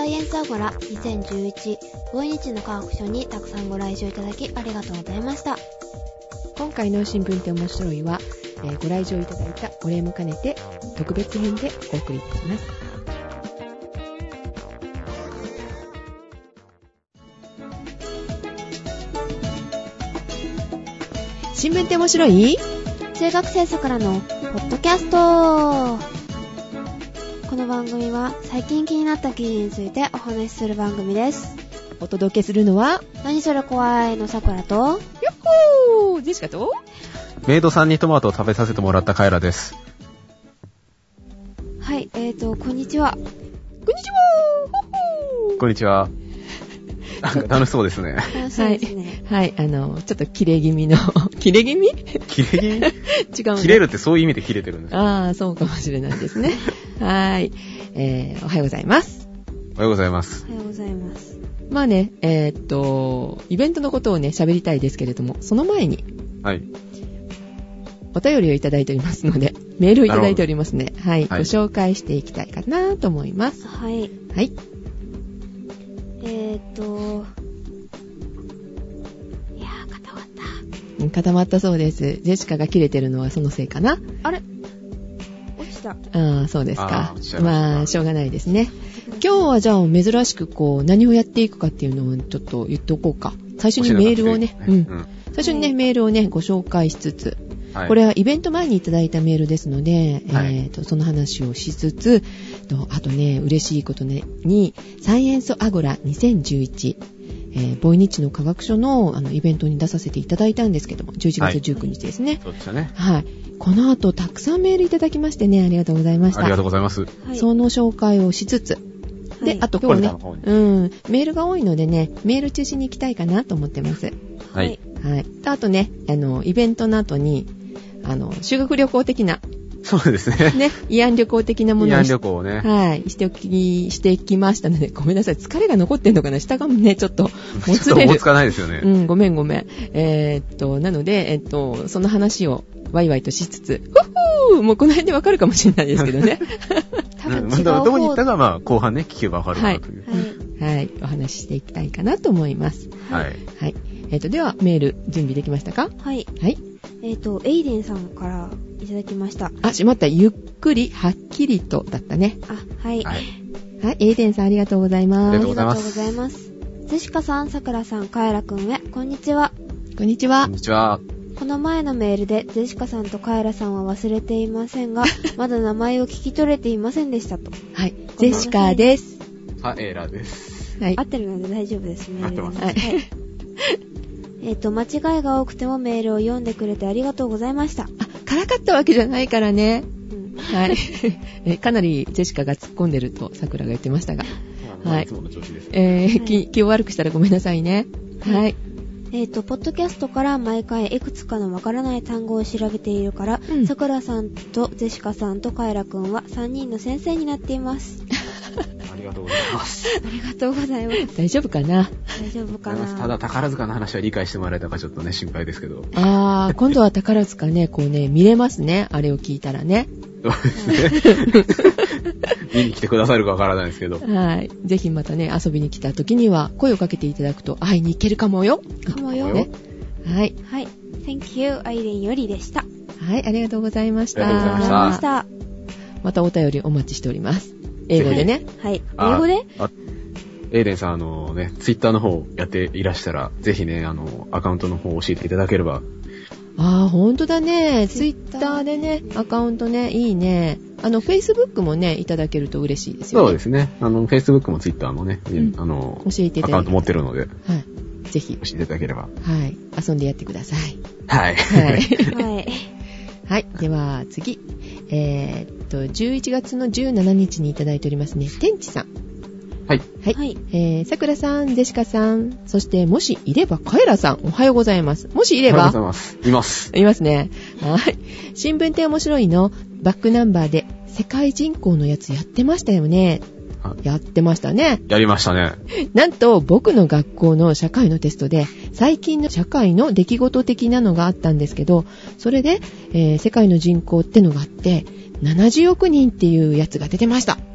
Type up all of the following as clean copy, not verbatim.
サイエンスアゴラ2011某日の科学書にたくさんご来場いただきありがとうございました。 今回の新聞って面白いは、ご来場いただいたお礼も兼ねて特別編でお送りいたします。新聞って面白い？ 中学生さくらのポッドキャスト。この番組は最近気になった記事についてお話しする番組です。 お届けするのは何それ怖いのさくらと、 よっほージェシカとメイドさんにトマトを食べさせてもらったカエラです。 はい、こんにちは。 こんにちは。 こんにちは。なんか楽しそうですね。 楽しそうですね。 はい、ちょっと切れ気味の切れ気味？ 切れ気味？違う、ね。切れるってそういう意味で切れてるんです。 ああ、そうかもしれないですね。はい、おはようございます。 おはようございます。 おはようございます。 まあね、イベントのことをね喋りたいですけれども、その前に、 はい。 お便りをいただいておりますので、メールをいただいておりますね。はい、 はい、 ご紹介していきたいかなと思います。 はい。 はい。 いやー、固まった。 固まったそうです。ジェシカが切れてるのはそのせいかな。 あれ？落ちた。 ああ、そうですか。 まあ、しょうがないですね。今日はじゃあ珍しく何をやっていくかっていうのをちょっと言っておこうか。最初にメールをね、最初にね、メールをね、ご紹介しつつ、はい、これはイベント前にいただいたメールですので、はい、その話をしつつ、あとね、嬉しいことね、に、サイエンスアゴラ2011、ボイニッチの科学書のイベントに出させていただいたんですけども、11月19日ですね。 そうでしたね。 はい。この後、たくさんメールいただきましてね、ありがとうございました。 ありがとうございます。 その紹介をしつつ、で、あと今日ね、メールが多いのでね、メール中心に行きたいかなと思ってます。 はい。 はい。あとね、イベントの後に、修学旅行的な。 そうですね。 ね、慰安旅行的なものを。 慰安旅行をね。 はい。してきましたので、ごめんなさい。疲れが残ってんのかな？下がね、ちょっと、 もつれる。ちょっともつかないですよね。 ごめん。なので、その話をワイワイとしつつ、もうこの辺でわかるかもしれないですけどね。 多分違うどこに行ったか、まあ、後半ね、聞けばわかるかなという。 はい。お話ししていきたいかなと思います。 はい。 はい。では、メール、準備できましたか？ はい。 はい。 エイデンさんからいただきました。 あ、しまった。ゆっくり、はっきりとだったね。 あ、はい。 はい。エイデンさんありがとうございます。 ありがとうございます。ジェシカさん、さくらさん、カエラくんへ、こんにちは。 こんにちは。 こんにちは。 この前のメールで、ジェシカさんとカエラさんは忘れていませんが、まだ名前を聞き取れていませんでしたと。 はい。ジェシカです。 カエラです。 はい。合ってるので大丈夫ですね。 合ってます。 はい。間違いが多くてもメールを読んでくれてありがとうございました。 からかったわけじゃないからね。はい。かなりジェシカが突っ込んでると桜が言ってましたが。 はい。いつもの調子ですね。 気を悪くしたらごめんなさいね。はい。 ポッドキャストから毎回いくつかのわからない単語を調べているから、さくらさんとジェシカさんとカエラくんは3人の先生になっています。 ありがとうございます。 ありがとうございます。 大丈夫かな？ 大丈夫かな？ ただ宝塚の話は理解してもらえたかちょっとね、心配ですけど。 今度は宝塚ね、見れますね。あれを聞いたらね。 そうですね。見に来てくださるかわからないですけど。 はい。ぜひまたね、遊びに来た時には声をかけていただくと会いに行けるかもよ。ね。はい。 はい。Thank you, アイレンよりでした。 はい、ありがとうございました。 ありがとうございました。 またお便りお待ちしております。英語でね。 はい。英語で？ エイデンさん、ツイッターの方やっていらしたら、ぜひね、アカウントの方を教えていただければ。 ほんとだね。ツイッターでね、アカウントね、いいね。Facebook もね、いただけると嬉しいですよね。 そうですね。Facebook も Twitter もね、教えていただアカウント持ってるので。はい。 ぜひ。 教えていただければ。 はい。遊んでやってください。 はい。 はい。 はい。 はい。では、次。11月の17日にいただいておりますね。天地さん。 はい。 はい。さくらさん、ジェシカさん、そしてもしいればカエラさん、おはようございます。もしいれば。 おはようございます。います。 いますね。はい。新聞って面白いのバックナンバーで世界人口のやつやってましたよね。やってましたね。 やりましたね。 なんと僕の学校の社会のテストで最近の社会の出来事的なのがあったんですけど、それで、世界の人口ってのがあって70億人っていうやつが出てました。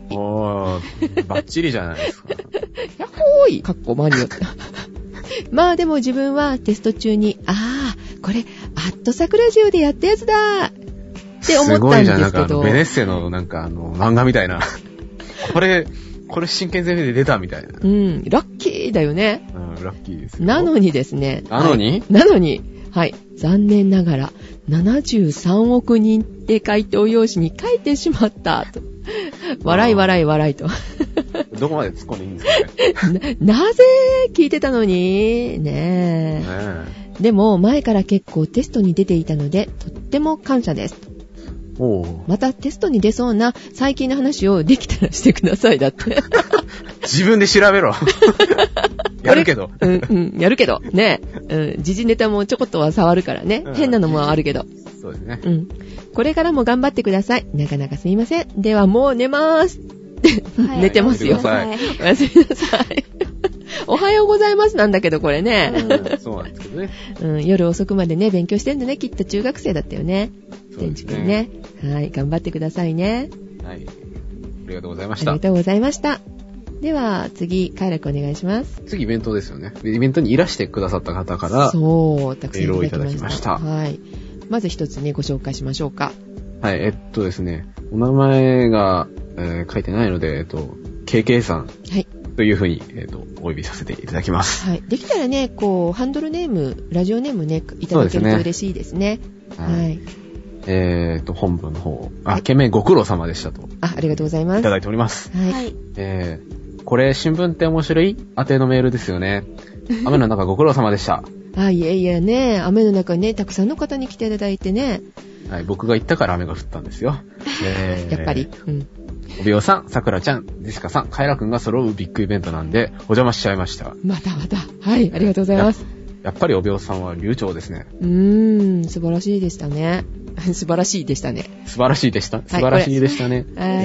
おー、バッチリじゃないですか。 やっほーいかっこマリオ。まあでも自分はテスト中に、これ、さくらジオでやったやつだって思ったんですけど。すごいじゃん、なんかベネッセのなんか漫画みたいな。これ真剣ゼミで出たみたいな。 うん、ラッキーだよね。 うん、ラッキーですよ。 なのにですね。 なのに、 はい、残念ながら、73億人って回答用紙に書いてしまったと。笑いと。 どこまで突っ込んでいいんですかね。 なぜ聞いてたのにねえ。でも前から結構テストに出ていたのでとっても感謝です。またテストに出そうな最近の話をできたらしてくださいだって。 自分で調べろ。やるけど。 やるけど。ね時事ネタもちょこっとは触るからね。変なのもあるけど。 そうですね。 これからも頑張ってください。なかなかすいません。ではもう寝まーす。寝てますよ。 おやすみなさい。おはようございますなんだけどこれね。 そうなんですけどね。 夜遅くまでね、勉強してんだね。きっと中学生だったよね。 そうですね。 ね。はい、頑張ってくださいね。 はい。ありがとうございました。 ありがとうございました。では、次、快楽お願いします。 次、イベントですよね。イベントにいらしてくださった方から、 そう、たくさんいただきました。 はい。まず一つね、ご紹介しましょうか。 はい、ですね、お名前が、書いてないので、KK さん。はい。というふうに、お呼びさせていただきます。 はい。できたらね、ハンドルネーム、ラジオネームね、いただけると嬉しいですね。はい。 本文の方、懸命ご苦労様でしたと。 ありがとうございます。 いただいております。 はい。 これ、新聞って面白い宛てのメールですよね。雨の中ご苦労様でした。 いやね、雨の中ね、たくさんの方に来ていただいてね。 はい、僕が行ったから雨が降ったんですよ。 やっぱり。 おびおさん、さくらちゃん、ジェシカさん、カイラくんが揃うビッグイベントなんで、お邪魔しちゃいました。 また。はい、ありがとうございます。 やっぱりおびおさんは流暢ですね。 素晴らしいでしたね。素晴らしいでしたね。 素晴らしいでした。素晴らしいでしたね。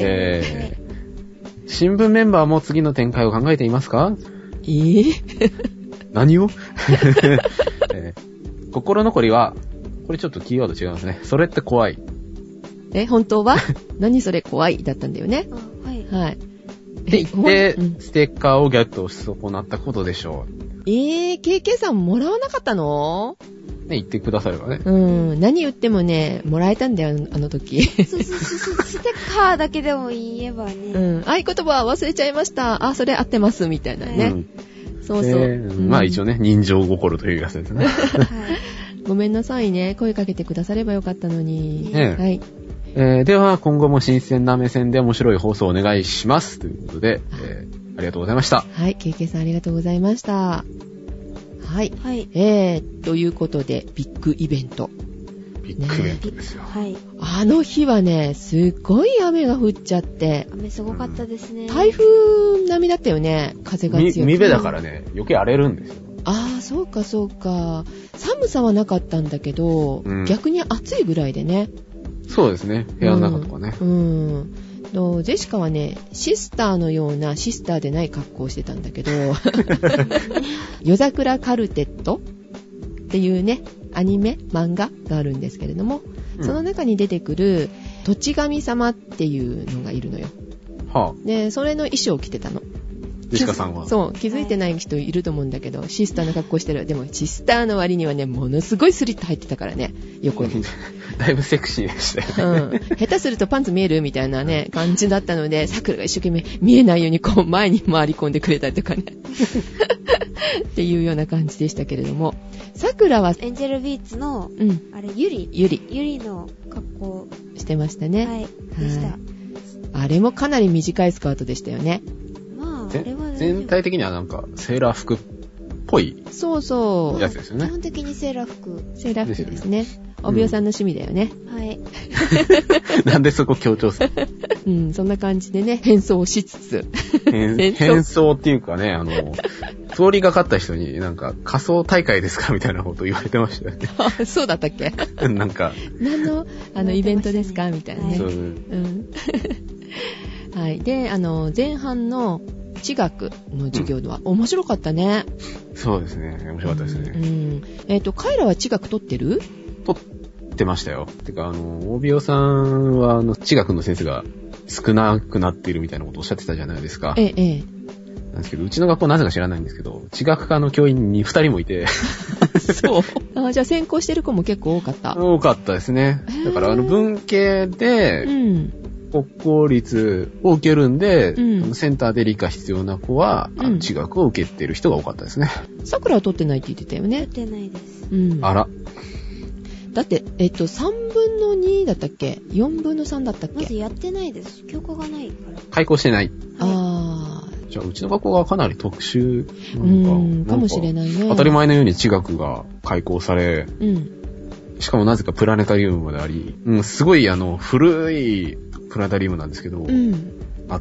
新聞メンバーも次の展開を考えていますか？何を心残りは、これちょっとキーワード違いますね。それって怖い。 本当は何それ怖いだったんだよね。はい。 で、ステッカーをゲットし損なったことでしょう。 KK さんもらわなかったの？ ね、言ってくださればね。 何言ってもね、もらえたんだよ、あの時。 ステッカーだけでも言えばね。 合言葉忘れちゃいました。それ合ってます、みたいなね。そう。 まあ一応ね、人情心というやつですね。 ごめんなさいね。声かけてくださればよかったのに。はい。 では、今後も新鮮な目線で面白い放送をお願いします。ということで、ありがとうございました。 はい、KK さんありがとうございました。はい。ということで、ビッグイベント。 ビッグイベントですよ。 はい。 あの日はね、すっごい雨が降っちゃって。 雨すごかったですね。 台風並みだったよね、風が強くて。 海辺だからね、余計荒れるんですよ。 そうか。寒さはなかったんだけど、逆に暑いぐらいでね。 そうですね、部屋の中とかね。 ジェシカはね、シスターのようなシスターでない格好をしてたんだけど、夜桜カルテットっていうね、アニメ、漫画があるんですけれども、その中に出てくる土地神様っていうのがいるのよ。で、それの衣装を着てたの。 ジェシカさんは。 そう、気づいてない人いると思うんだけど、シスターの格好してる。でも、シスターの割にはね、ものすごいスリット入ってたからね、横に。 だいぶセクシーでしたよね。 下手するとパンツ見えるみたいなね、感じだったので、桜が一生懸命見えないようにこう前に回り込んでくれたりとかね。っていうような感じでしたけれども、桜はエンジェルビーツの、あれ、ゆりの格好してましたね。 はい、でした。 あれもかなり短いスカートでしたよね。 全体的にはなんかセーラー服っぽいやつですよね。 基本的にセーラー服ですね。おびおさんの趣味だよね。 はい。 なんでそこ強調する？ そんな感じでね、変装しつつ。 変装っていうかね、通りがかった人になんか仮装大会ですかみたいなこと言われてましたよね。 そうだったっけ？ なんか。 何の、イベントですかみたいなね。はい。で、前半の地学の授業は面白かったね。 そうですね。面白かったですね。 カイラは地学取ってる？ 取ってましたよ。てか、大ビオさんは、地学の先生が少なくなっているみたいなことをおっしゃってたじゃないですか。 ええ。 なんですけど、うちの学校なぜか知らないんですけど、地学科の教員に2人もいて。 そう。じゃあ専攻してる子も結構多かった。 多かったですね。だから文系で、国公立を受けるんで、センターで理科必要な子は、地学を受けてる人が多かったですね。 桜は取ってないって言ってたよね。 取ってないです。 あら。 だって、3分の2だったっけ ?4 分の3だったっけ？ まずやってないです。教科がないから。 開講してない。 ああ。 じゃあ、うちの学校がかなり特殊なのかもしれないね。 当たり前のように地学が開講され、しかもなぜかプラネタリウムまであり、すごい古いプラネタリウムなんですけど、あって、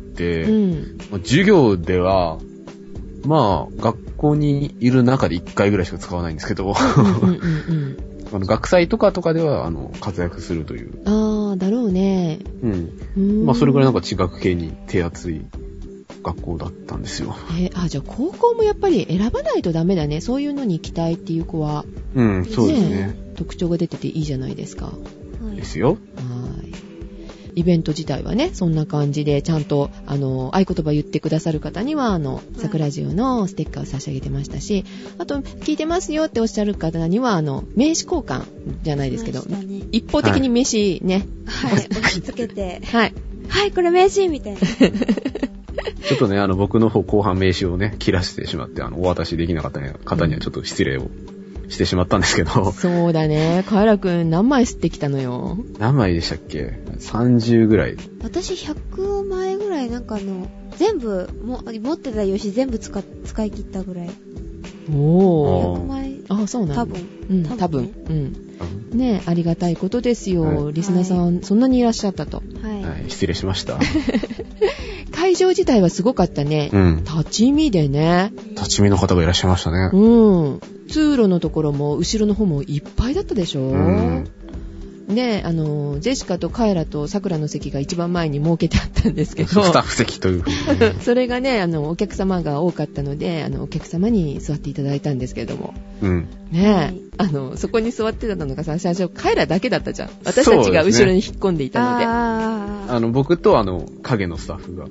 授業では、まあ、学校にいる中で1回ぐらいしか使わないんですけど、学祭とかでは、活躍するという。 ああ、だろうね。 まあ、それぐらいなんか地学系に手厚い学校だったんですよ。 じゃあ高校もやっぱり選ばないとダメだね。そういうのに行きたいっていう子は。 そうですね。 特徴が出てていいじゃないですか。 ですよ。 イベント自体はね、そんな感じで、ちゃんと、合言葉言ってくださる方には、桜ジオのステッカーを差し上げてましたし、あと、聞いてますよっておっしゃる方には、名刺交換じゃないですけど、一方的に名刺ね。 押し付けて。 はい、 これ名刺みたいな。 ちょっとね、僕の方後半名刺をね、切らしてしまって、お渡しできなかった方にはちょっと失礼をしてしまったんですけど。 そうだね。カエラくん何枚吸ってきたのよ。 何枚でしたっけ ?30 ぐらい。 私100枚ぐらい全部、持ってた用紙全部使い切ったぐらい。 おー。100枚。 あ、そうなんだ。多分。ね、ありがたいことですよ。リスナーさん、そんなにいらっしゃったと。 失礼しました。 会場自体はすごかったね。立ち見でね。 立ち見の方がいらっしゃいましたね。 通路のところも後ろの方もいっぱいだったでしょ。ね、ジェシカとカエラとサクラの席が一番前に設けてあったんですけど。 スタッフ席というふうに、ね。 それがね、お客様が多かったので、お客様に座っていただいたんですけれども。ね、そこに座ってたのがさ、最初カエラだけだったじゃん。私たちが後ろに引っ込んでいたので。 僕と影のスタッフが。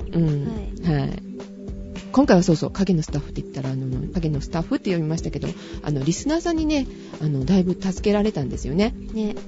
今回はそう影のスタッフって言ったら影のスタッフって呼びましたけどリスナーさんにねだいぶ助けられたんですよね。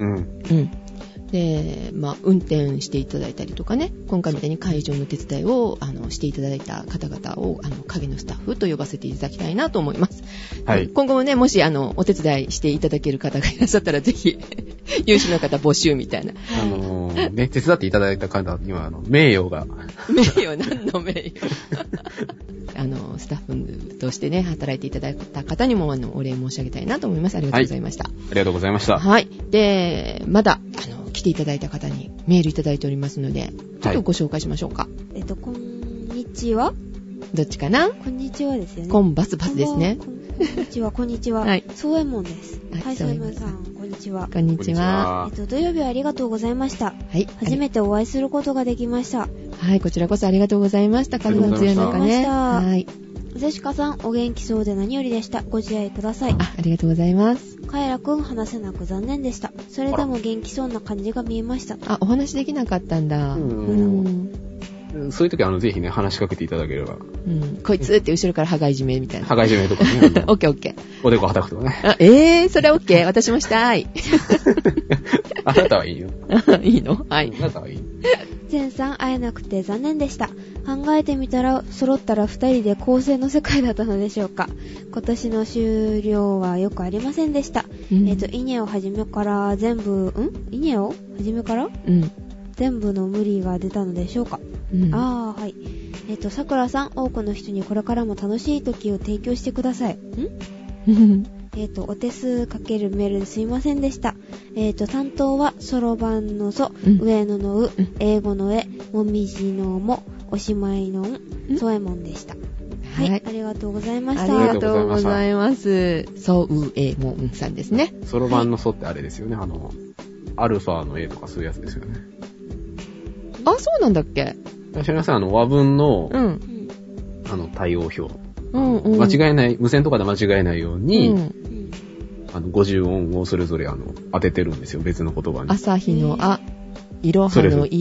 で運転していただいたりとかね、今回みたいに会場の手伝いをしていただいた方々を影のスタッフと呼ばせていただきたいなと思います。今後もね、もしお手伝いしていただける方がいらっしゃったらぜひ有志の方募集みたいな。 ね、手伝っていただいた方には名誉が。 名誉、何の名誉スタッフとしてね、働いていただいた方にもお礼申し上げたいなと思います。ありがとうございました。 ありがとうございました。 で、まだ、来ていただいた方にメールいただいておりますので、ちょっとご紹介しましょうか。 こんにちは。 どっちかな？ こんにちはですよね。 こんバスバスですね。 こんにちは、こんにちは。そうえもんです。そうえもんさん、こんにちは。 こんにちは。 土曜日はありがとうございました。初めてお会いすることができました。 こちらこそありがとうございました。風の強い中ね。 ゼシカさん、お元気そうで何よりでした。ご自愛ください。 ありがとうございます。 カエラくん話せなく残念でした。それでも元気そうな感じが見えました。 お話できなかったんだ。 そういう時はぜひね、話しかけていただければ。 こいつって後ろから羽がいじめみたいな。 羽がいじめとかね。 オッケーオッケー。 おでこはたくとかね。それオッケー。私もしたい。 あなたはいいよ。 いいの？はい。 あなたはいい。 ゼンさん会えなくて残念でした。考えてみたら揃ったら二人で構成の世界だったのでしょうか。今年の終了はよくありませんでした。イネを初めから全部イネを初めから、全部の無理が出たのでしょうか。はい。さくらさん、多くの人にこれからも楽しい時を提供してください。お手数かけるメールですいませんでした。担当は、そろばんのそ、上野のう、英語のえ、もみじのも、おしまいのん、そえもんでした。はい、ありがとうございました。 ありがとうございます。そうえもんさんですね。 そろばんのそってあれですよね。アルファの A とかそういうやつですよね。 そうなんだっけ？ 知りません、和文の、対応表。間違えない、無線とかで間違えないように、50音をそれぞれ当ててるんですよ、別の言葉に。 朝日のあ、いろはのい。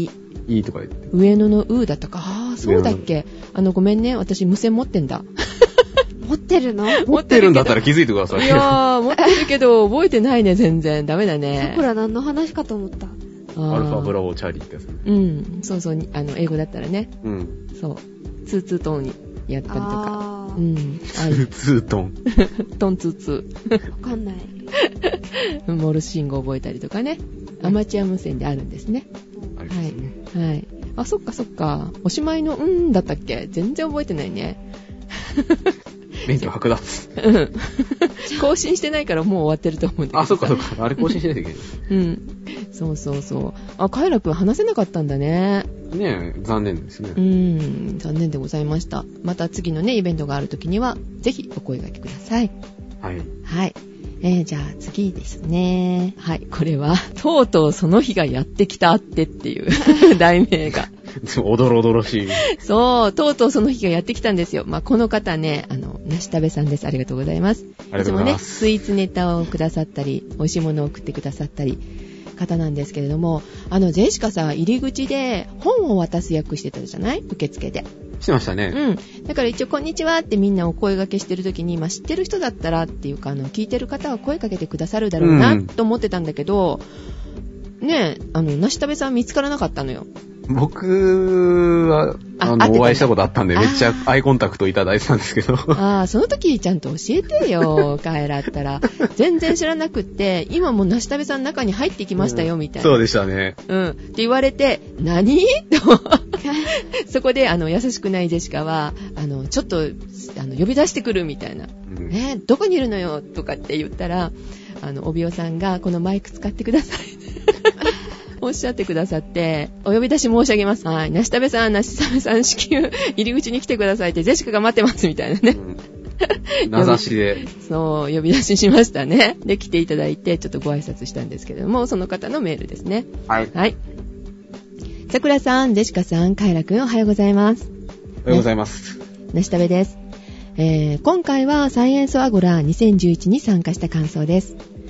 いいとか言って。 上野のうだったか。ああ、そうだっけ。ごめんね。私無線持ってんだ。 持ってるの？ 持ってるんだったら気づいてください。 いやー、持ってるけど、覚えてないね、全然。ダメだね。 さくら何の話かと思った。 アルファブラボーチャーリーってやつね。 うん。そうそう、英語だったらね。 うん。 そう。ツーツートンやったりとか。うん。 ツーツートン。 トンツーツー。 わかんない。 モールス信号覚えたりとかね。アマチュア無線であるんですね。 ありますね。 はい。はい。あ、そっかそっか。おしまいのだったっけ？全然覚えてないね。 免許剥奪。 うん。更新してないからもう終わってると思うんだけど。 あ、そっかそっか。あれ更新しないといけない。 うん。そうそうそう。あ、カイラくん話せなかったんだね。 ねえ、残念ですね。 残念でございました。また次のね、イベントがあるときには、ぜひお声掛けください。 はい。 はい。じゃあ次ですね。はい、これは、とうとうその日がやってきたってっていう題名が。 おどろおどろしい。 そう、とうとうその日がやってきたんですよ。まあ、この方ね、なしたべさんです。ありがとうございます。 ありがとうございます。 いつもね、スイーツネタをくださったり、美味しいものを送ってくださったり、方なんですけれども、ジェシカさ、入り口で本を渡す役してたじゃない？受付で。 してましたね。 うん。だから一応、こんにちはってみんなお声掛けしてるときに、まあ、知ってる人だったらっていうか、聞いてる方は声かけてくださるだろうな、と思ってたんだけど、ねえ、なしたべさん見つからなかったのよ。 僕は、お会いしたことあったんで、めっちゃアイコンタクトいただいてたんですけど。 その時ちゃんと教えてよ、帰らったら。全然知らなくって、今もうなしたべさん中に入ってきましたよ、みたいな。 そうでしたね。 うん。って言われて、何と。そこで、優しくないジェシカは、ちょっと、呼び出してくるみたいな。どこにいるのよとかって言ったら、おびおさんが、このマイク使ってください。おっしゃってくださって、お呼び出し申し上げます。はい。なしたべさん、至急、入り口に来てくださいって、ジェシカが待ってます、みたいなね。 名指しで。 そう、呼び出ししましたね。で、来ていただいて、ちょっとご挨拶したんですけれども、その方のメールですね。 はい。 はい。さくらさん、ジェシカさん、カイラくん、おはようございます。 おはようございます。 なしたべです。今回はサイエンスアゴラ2011に参加した感想です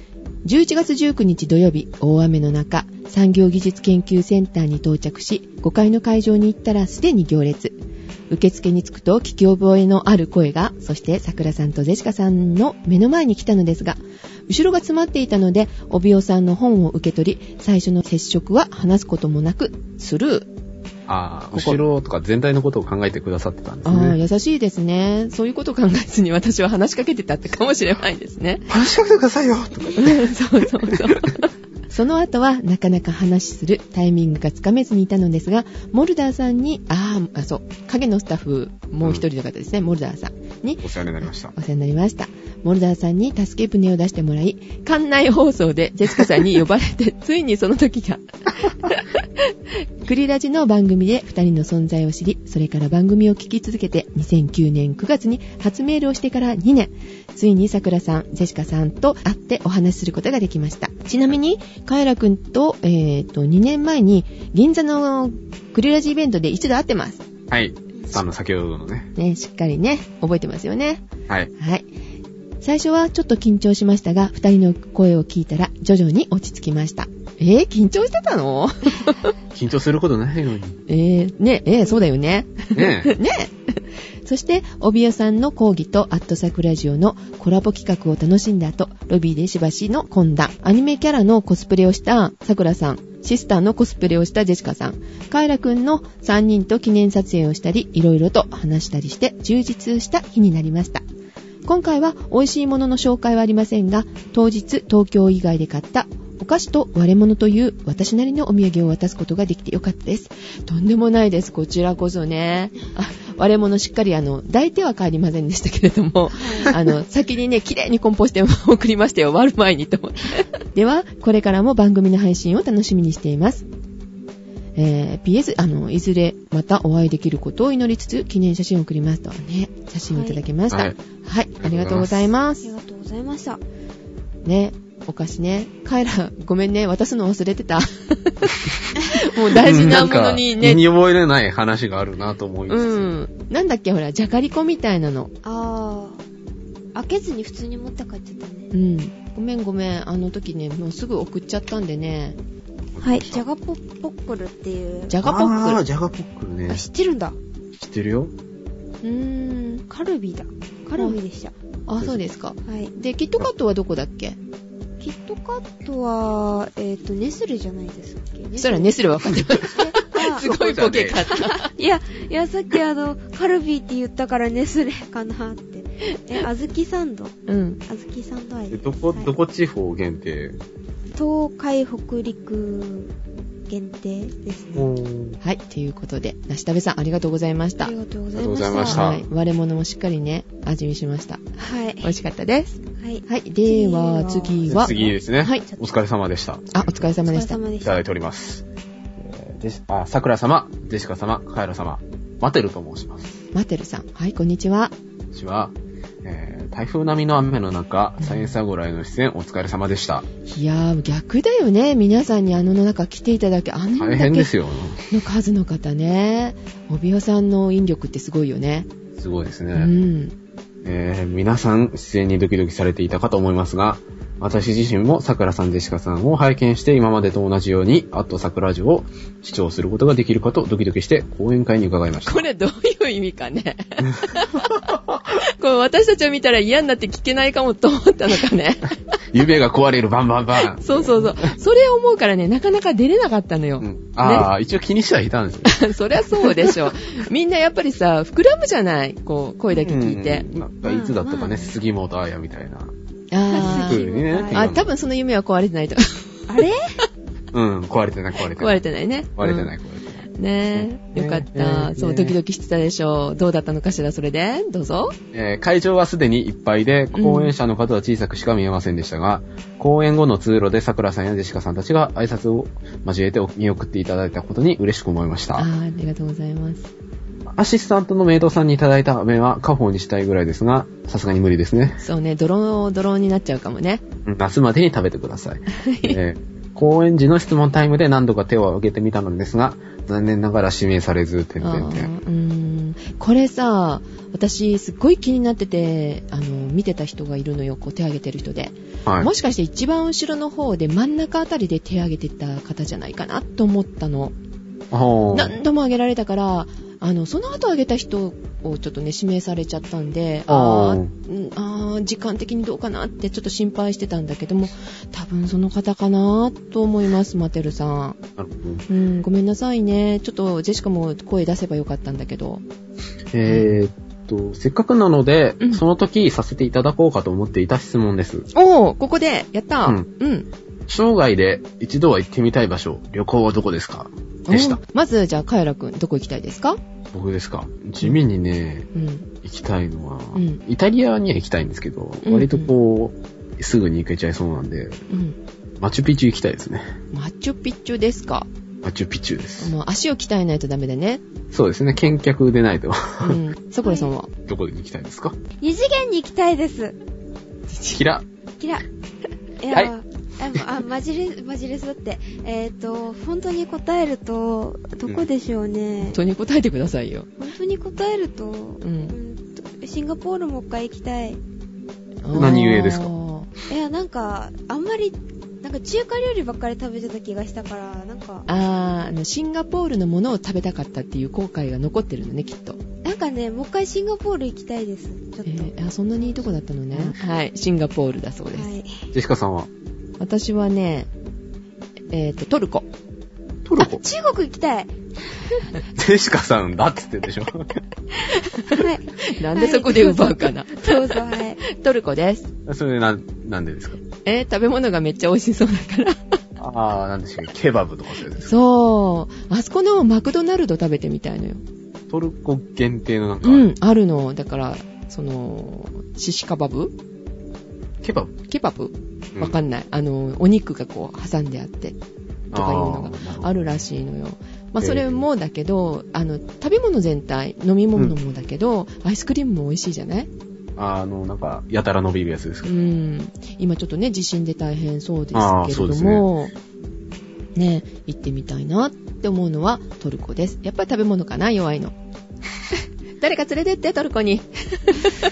。11月19日土曜日、大雨の中、産業技術研究センターに到着し、5階の会場に行ったらすでに行列。受付に着くと聞き覚えのある声が、そして桜さんとジェシカさんの目の前に来たのですが、後ろが詰まっていたので、おびおさんの本を受け取り、最初の接触は話すこともなく、スルー。 後ろとか全体のことを考えてくださってたんですね。 優しいですね。そういうことを考えずに私は話しかけてたってかもしれないですね。 話しかけてくださいよとか。 そうそうそう。その後はなかなか話するタイミングがつかめずにいたのですが、モルダーさんに、影のスタッフ、もう一人の方ですね、モルダーさんに。 お世話になりました。 お世話になりました。モルダーさんに助け舟を出してもらい、館内放送でジェシカさんに呼ばれて、ついにその時が。クリラジの番組で2人の存在を知り、それから番組を聞き続けて、2009年9月に初メールをしてから2年、ついに桜さん、ジェシカさんと会ってお話しすることができました。ちなみに、カエラくんと、2年前に銀座のクリラジイベントで一度会ってます。 はい。先ほどのね。 ね、しっかりね、覚えてますよね。 はい。 はい。最初はちょっと緊張しましたが、2人の声を聞いたら徐々に落ち着きました。緊張してたの？ 緊張することないのに。そうだよね。 ねね。そして、おびよさんの講義とアットサクラジオのコラボ企画を楽しんだ後、ロビーでしばしの懇談、アニメキャラのコスプレをしたさくらさん、シスターのコスプレをしたジェシカさん、カイラくんの3人と記念撮影をしたり、いろいろと話したりして充実した日になりました。今回は美味しいものの紹介はありませんが、当日東京以外で買ったお菓子と割れ物という私なりのお土産を渡すことができてよかったです。とんでもないです。こちらこそね。割れ物しっかり抱いては帰りませんでしたけれども、先にね、綺麗に梱包して送りましたよ。割る前にと思って。では、これからも番組の配信を楽しみにしています。PS、いずれまたお会いできることを祈りつつ、記念写真を送りますとね、写真をいただきました。はい、ありがとうございます。 ありがとうございました。 ね、お菓子ね。カエラ、ごめんね、渡すの忘れてた。もう大事なものにね。 身に覚えれない話があるなと思います。 なんだっけ、ほら、じゃがりこみたいなの。 開けずに普通に持って帰ってたね。 ごめん。あの時ね、もうすぐ送っちゃったんでね。 はい、ジャガポックルっていう。 ジャガポックル。 ジャガポックルね。 知ってるんだ。 知ってるよ。 カルビだ。カルビでした。 あ、そうですか。 はい。 で、キットカットはどこだっけ？ キットカットは、ネスレじゃないですっけ？ そしたらネスレ分かってます。すごいボケかった。 いや、さっきカルビって言ったからネスレかなって。あずきサンド。 うん。 あずきサンドアイ。 どこ地方限定？ 東海北陸限定ですね。 はい、ということで、梨田部さんありがとうございました。 ありがとうございました。 はい、割れ物もしっかりね、味見しました。 はい。 美味しかったです。 はい。 はい、では次は。 次ですね。 はい。 お疲れ様でした。 あ、お疲れ様でした。 いただいております。桜様、ジェシカ様、カエラ様、マテルと申します。 マテルさん。はい、こんにちは。 こんにちは。台風並みの雨の中、サイエンスアゴラへの出演お疲れ様でした。 いやー、逆だよね。皆さんにの中来ていただけ、 大変ですよ。 の数の方ね。帯尾さんの引力ってすごいよね。 すごいですね。皆さん出演にドキドキされていたかと思いますが、私自身も桜さん、ジェシカさんを拝見して今までと同じように、桜城を視聴することができるかとドキドキして講演会に伺いました。 これどういう意味かね。これ私たちを見たら嫌になって聞けないかもと思ったのかね。 指が壊れるバンバンバン。 そう。それを思うからね、なかなか出れなかったのよ。 一応気にしてはいたんですよ。 そりゃそうでしょ。みんなやっぱりさ、膨らむじゃない。こう、声だけ聞いて。 なんかいつだったかね、杉本彩みたいな。 多分その夢は壊れてないと。 あれ？ 壊れてない。 壊れてないね。 壊れてない。 ねえ、よかった。そう、ドキドキしてたでしょう。どうだったのかしら、それで。どうぞ。 会場はすでにいっぱいで、講演者の方は小さくしか見えませんでしたが、講演後の通路で桜さんやジェシカさんたちが挨拶を交えて見送っていただいたことに嬉しく思いました。 ありがとうございます。 アシスタントのメイドさんにいただいた飴は家宝にしたいぐらいですが、さすがに無理ですね。 そうね、ドローになっちゃうかもね。 夏までに食べてください。講演時の質問タイムで何度か手を挙げてみたのですが、残念ながら指名されず、 これさ、私すっごい気になってて、見てた人がいるのよ、こう手挙げてる人で。はい、もしかして一番後ろの方で真ん中あたりで手挙げてた方じゃないかなと思ったの。何度も挙げられたから、その後挙げた人をちょっとね、指名されちゃったんで、時間的にどうかなってちょっと心配してたんだけども、多分その方かなと思います、マテルさん。ごめんなさいね。ちょっとジェシカも声出せばよかったんだけど。 せっかくなので、その時させていただこうかと思っていた質問です。 ここで、やった。 生涯で一度は行ってみたい場所、旅行はどこですか？でした。 まず、じゃあ、カエラくん、どこ行きたいですか？ 僕ですか？地味にね、行きたいのは、イタリアには行きたいんですけど、割とこう、すぐに行けちゃいそうなんで、マチュピチュ行きたいですね。 マチュピチュですか？ マチュピチュです。 もう足を鍛えないとダメだね。 そうですね、見客でないと。 さくらさんはどこに行きたいですか？ 二次元に行きたいです。 キラ。 いや、はい。マジレスだって。本当に答えると、どこでしょうね。 本当に答えてくださいよ。 本当に答えると、シンガポールもう一回行きたい。 何故ですか？ いや、なんか、あんまり、なんか中華料理ばっかり食べてた気がしたから、なんか。 シンガポールのものを食べたかったっていう後悔が残ってるのね、きっと。 なんかね、もう一回シンガポール行きたいです。ちょっと。 そんなにいいとこだったのね。はい、シンガポールだそうです。はい。 ジェシカさんは？ 私はね、トルコ。 トルコ？ 中国行きたい。 ジェシカさんだって言ってるでしょ。はい。 なんでそこで奪うかな。 どうぞ、はい。 トルコです。 それでなんでですか？ 食べ物がめっちゃ美味しそうだから。 なんでしょう、ケバブとかそうですか？ そう。あそこのマクドナルド食べてみたいのよ。 トルコ限定のなんか。 あるの。だから、シシカバブ？ ケバブわかんない。お肉がこう挟んであって、とかいうのがあるらしいのよ。それもだけど、食べ物全体、飲み物もだけど、アイスクリームも美味しいじゃない？ なんか、やたら伸びるやつですか？ 今ちょっとね、地震で大変そうですけれども、ね、行ってみたいなって思うのはトルコです。やっぱり食べ物かな、弱いの。誰か連れてって、トルコに。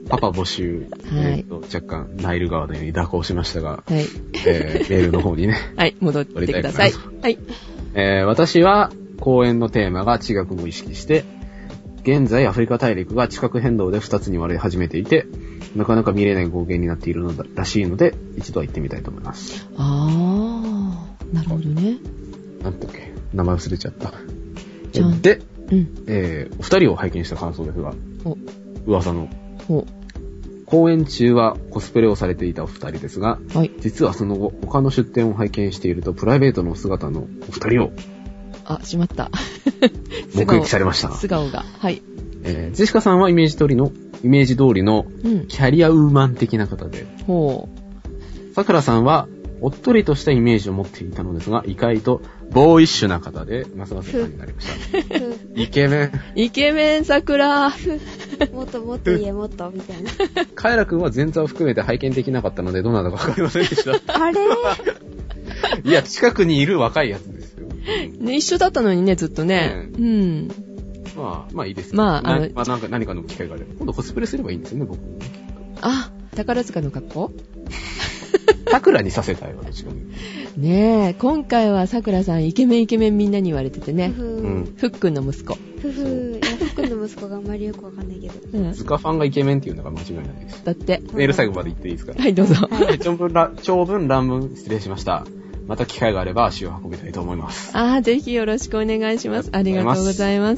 パパ募集、 はい、 若干ナイル川のように蛇行しましたが、 はい、 メールの方にね、 はい、戻ってください。はい。 私は講演のテーマが地学も意識して、現在アフリカ大陸が地殻変動で2つに割れ始めていて、なかなか見れない光景になっているのらしいので、一度は行ってみたいと思います。 あー、なるほどね。 なんだっけ、名前忘れちゃった。 で、 お二人を拝見した感想ですが、噂の。公演中はコスプレをされていたお二人ですが、 はい、 実はその後、他の出展を拝見していると、プライベートの姿のお二人を、 しまった。 目撃されました。 素顔が。はい。 ジェシカさんはイメージ通りのキャリアウーマン的な方で、さくらさんはおっとりとしたイメージを持っていたのですが、意外とボーイッシュな方で、ますますファンになりました。イケメンさくら。 もっともっともっとみたいな。 カエラくんは前座を含めて拝見できなかったので、どなたかわかりませんでした。 あれいや、近くにいる若いやつですよ。 ね、一緒だったのにね、ずっとね。うん。 まあいいですけど。何かの機会があれば。今度コスプレすればいいんですよね、僕もね。 宝塚の格好桜にさせたいわ、どっちかに。 ねえ、今回は桜さんイケメンみんなに言われててね。ふっくんの息子。 いや、ふっくんの息子があんまりよくわかんないけど。 ズカファンがイケメンっていうのが間違いないです。 だって。 メール最後まで言っていいですか？ はい、どうぞ。 長文乱文失礼しました。また機会があれば足を運びたいと思います。 ぜひよろしくお願いします。ありがとうございます。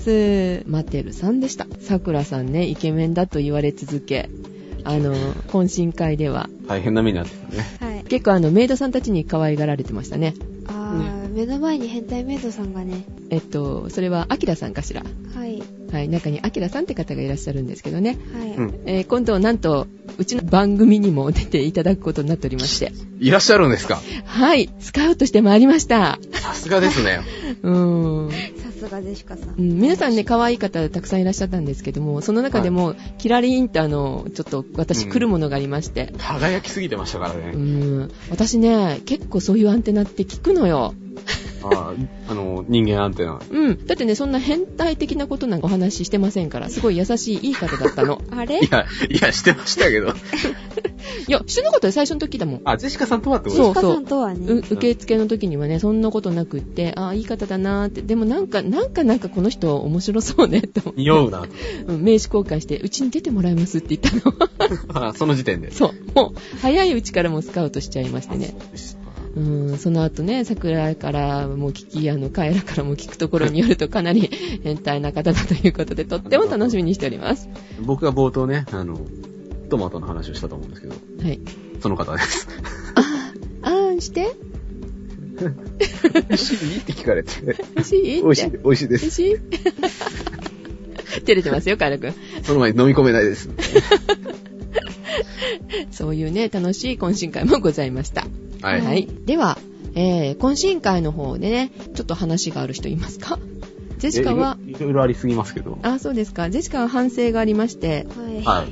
マテルさんでした。桜さんね、イケメンだと言われ続け、懇親会では大変な目になってたね。はい。結構メイドさんたちに可愛がられてましたね。 目の前に変態メイドさんがね。 それはアキラさんかしら。 はい。 はい、中にアキラさんって方がいらっしゃるんですけどね。 はい。 今度なんとうちの番組にも出ていただくことになっておりまして。 いらっしゃるんですか？ はい、スカウトしてまいりました。 さすがですね。 さすがジェシカさん。 皆さんね、可愛い方たくさんいらっしゃったんですけども、その中でも、キラリーンってちょっと私来るものがありまして。 輝きすぎてましたからね。 私ね、結構そういうアンテナって聞くのよ。 人間アンテナ。 だってね、そんな変態的なことなんかお話ししてませんから、すごい優しい、いい方だったの。 あれ？ いや、してましたけど。 いや、してなかったよ、最初の時だもん。 ジェシカさんとはってことですか？ ジェシカさんとはね。 受付の時にはね、そんなことなくって、いい方だなーって、でもなんかこの人面白そうね、と。 匂うな。 名刺交換して、うちに出てもらいますって言ったの。 その時点で。 そう。もう、早いうちからもうスカウトしちゃいましてね。その後ね、桜からも聞き、カエラからも聞くところによるとかなり変態な方だということで、とっても楽しみにしております。 僕が冒頭ね、トマトの話をしたと思うんですけど、 はい。 その方です。 して美味しいって聞かれて。 美味しい美味しいです。美味しい照れてますよ、カエラくん。 その前に飲み込めないです。 そういうね、楽しい懇親会もございました。 はい。 はい。では、懇親会の方でね、ちょっと話がある人いますか？ジェシカは、 いろいろありすぎますけど。 そうですか。ジェシカは反省がありまして、 はい。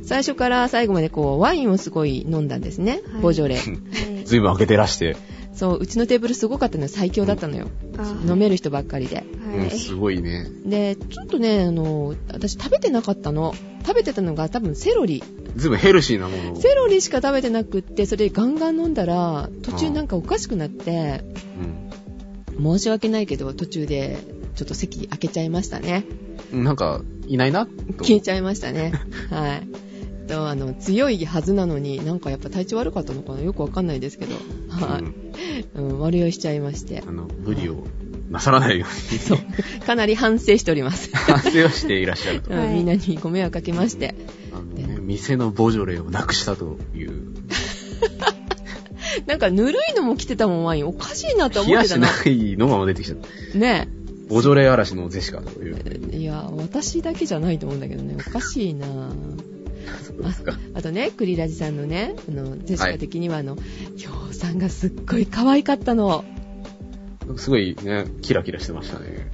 最初から最後までワインをすごい飲んだんですね。ボジョレ。 ずいぶん開けてらして。 そう、うちのテーブルすごかったのよ。最強だったのよ。飲める人ばっかりで。 すごいね。 で、ちょっとね、私食べてなかったの。食べてたのが多分セロリ。 ずいぶんヘルシーなものを。 セロリしか食べてなくって、それでガンガン飲んだら、途中なんかおかしくなって、申し訳ないけど、途中でちょっと席開けちゃいましたね。 なんか、いないな消えちゃいましたね。はい。強いはずなのに、なんかやっぱ体調悪かったのかな、よくわかんないですけど、はい。悪酔いしちゃいまして。 無理をなさらないように。 そう。かなり反省しております。 反省をしていらっしゃると。 みんなにご迷惑かけまして。 店のボジョレをなくしたという。 なんかぬるいのも来てたもん、ワイン。おかしいなと思ってたな。 冷やしないのが出てきちゃった。 ねえ。ボジョレ嵐のジェシカという。 いや、私だけじゃないと思うんだけどね、おかしいなあとね、クリラジさんのね、ジェシカ的にはヨウさんがすっごい可愛かったの。 すごいね、キラキラしてましたね。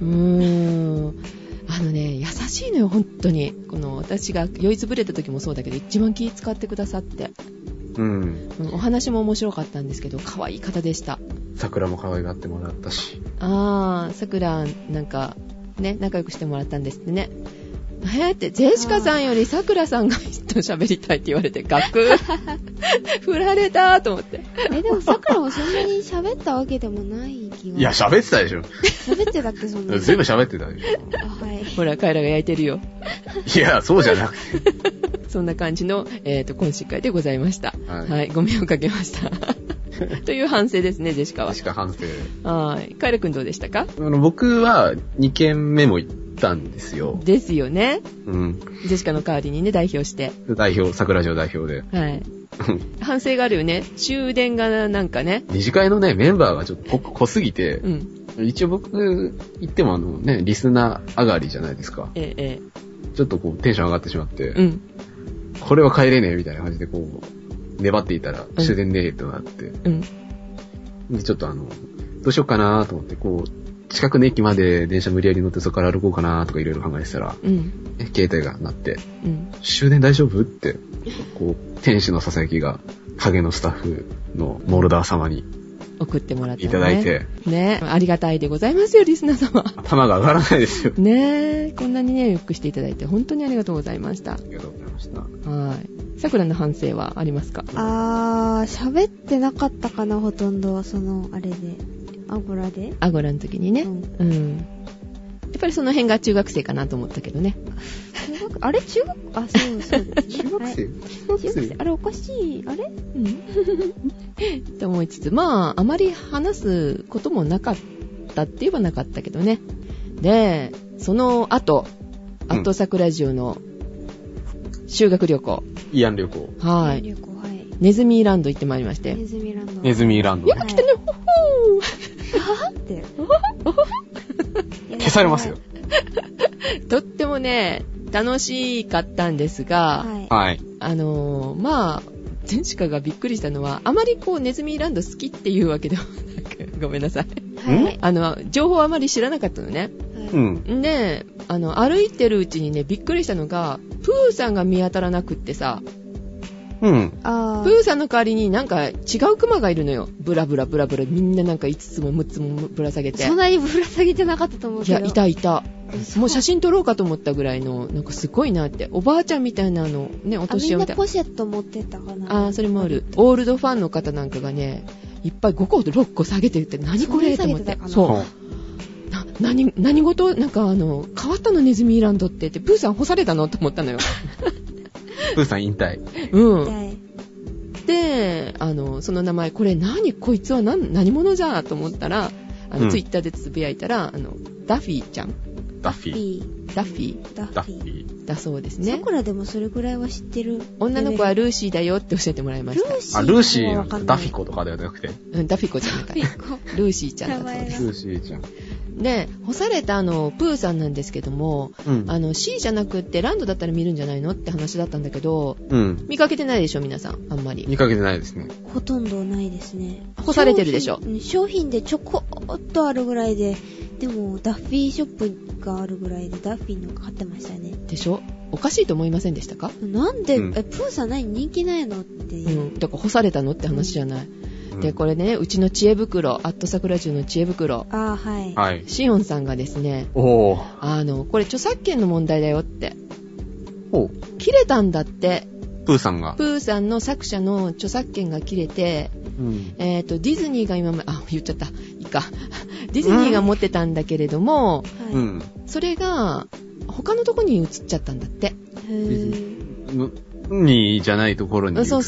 優しいのよ、本当に。私が酔いつぶれた時もそうだけど、一番気使ってくださって。お話も面白かったんですけど、可愛い方でした。 桜も可愛がってもらったし。 桜なんか、ね、仲良くしてもらったんですってね。 って、ジェシカさんよりさくらさんがと喋りたいって言われて、ガク振られたと思って。 でもさくらもそんなに喋ったわけでもない気が。 いや、喋ってたでしょ。 喋ってたっけ、そんなに。 全部喋ってたでしょ。 はい。 ほら、カエラが焼いてるよ。 いや、そうじゃなくて。 そんな感じの、懇親会でございました。 はい。 はい、ご迷惑かけました。という反省ですね、ジェシカは。 ジェシカ反省。 はい。カエラくんどうでしたか？ 僕は2軒目も行ったんですよ。 ですよね。 うん。 ジェシカの代わりにね、代表して。 桜城代表で。 はい。反省があるよね。終電がなんかね。 二次会のね、メンバーがちょっと濃すぎて、 うん。 一応僕行ってもリスナー上がりじゃないですか。ちょっとこうテンション上がってしまって、うん。これは帰れねえみたいな感じでこう、粘っていたら終電ねえとなって、うん。で、ちょっとどうしようかなと思って、こう、近くの駅まで電車無理やり乗ってそこから歩こうかなとかいろいろ考えてたら、うん。携帯が鳴って、うん。終電大丈夫って、こう、天使の囁きが、影のスタッフのモルダー様に、 送ってもらって、ね、 いただいて。 ね。ありがたいでございますよ、リスナー様。 頭が上がらないですよ。 ね。こんなにね、よくしていただいて、本当にありがとうございました。 ありがとうございました。 はい。さくらの反省はありますか？ 喋ってなかったかな、ほとんど。あれで。アゴラで。 アゴラの時にね。うん。うん。やっぱりその辺が中学生かなと思ったけどね。 あれ中学そう。 中学生、 中学生あれおかしい。あれうん。 と思いつつ、まあ、あまり話すこともなかったって言えばなかったけどね。で、その後、アットサクラジオの修学旅行。 慰安旅行。 はい。ネズミーランド行ってまいりまして。 ネズミーランド。 ネズミーランド。 よく来たね、ほほー。はぁって。 消されますよ。 とってもね、楽しかったんですが、 はい。 まあ、ジェシカがびっくりしたのは、あまりこうネズミーランド好きっていうわけではなく、ごめんなさい。はい。情報はあまり知らなかったのね。 うん。 で、歩いてるうちにね、びっくりしたのが、プーさんが見当たらなくってさ、 うん。 プーさんの代わりになんか違うクマがいるのよ。ブラブラ、みんななんか5つも6つもぶら下げて。 そんなにぶら下げてなかったと思うけど。 いや、いた。もう写真撮ろうかと思ったぐらいの、なんかすごいなって。おばあちゃんみたいなね、お年寄りみたいな。 みんなポシェット持ってたかな。 それもある。オールドファンの方なんかがね、いっぱい5個と6個下げてるって、何これと思って。そう。何事なんか変わったのネズミーランドって言って、プーさん干されたのと思ったのよ。 プーさん引退。 うん。で、その名前、これこいつは何者じゃと思ったら、ツイッターでつぶやいたら、ダフィーちゃん。 ダフィーだそうですね。 さくらでもそれぐらいは知ってる。 女の子はルーシーだよって教えてもらいました。 ルーシー、ダフィコとかではなくて。 ダフィコじゃなくて。ルーシーちゃんだそうです。 ルーシーちゃん。 で、干されたプーさんなんですけども、C じゃなくってランドだったら見るんじゃないのって話だったんだけど、見かけてないでしょ、皆さん、あんまり。 見かけてないですね。 ほとんどないですね。 干されてるでしょ。 商品でちょこっとあるぐらいで、でもダッフィーショップがあるぐらいでダッフィーの買ってましたね。 でしょ？おかしいと思いませんでしたか？ なんで、プーさん人気ないのっていう。 だから干されたのって話じゃない。で、これね、うちの知恵袋、アットサクラジオの知恵袋。 はい。 シオンさんがですね、 これ著作権の問題だよって。切れたんだって。 プーさんが。 プーさんの作者の著作権が切れて、ディズニーが今まで、言っちゃった。いいか。ディズニーが持ってたんだけれども、それが、他のとこに移っちゃったんだって。 にじゃないところにそう。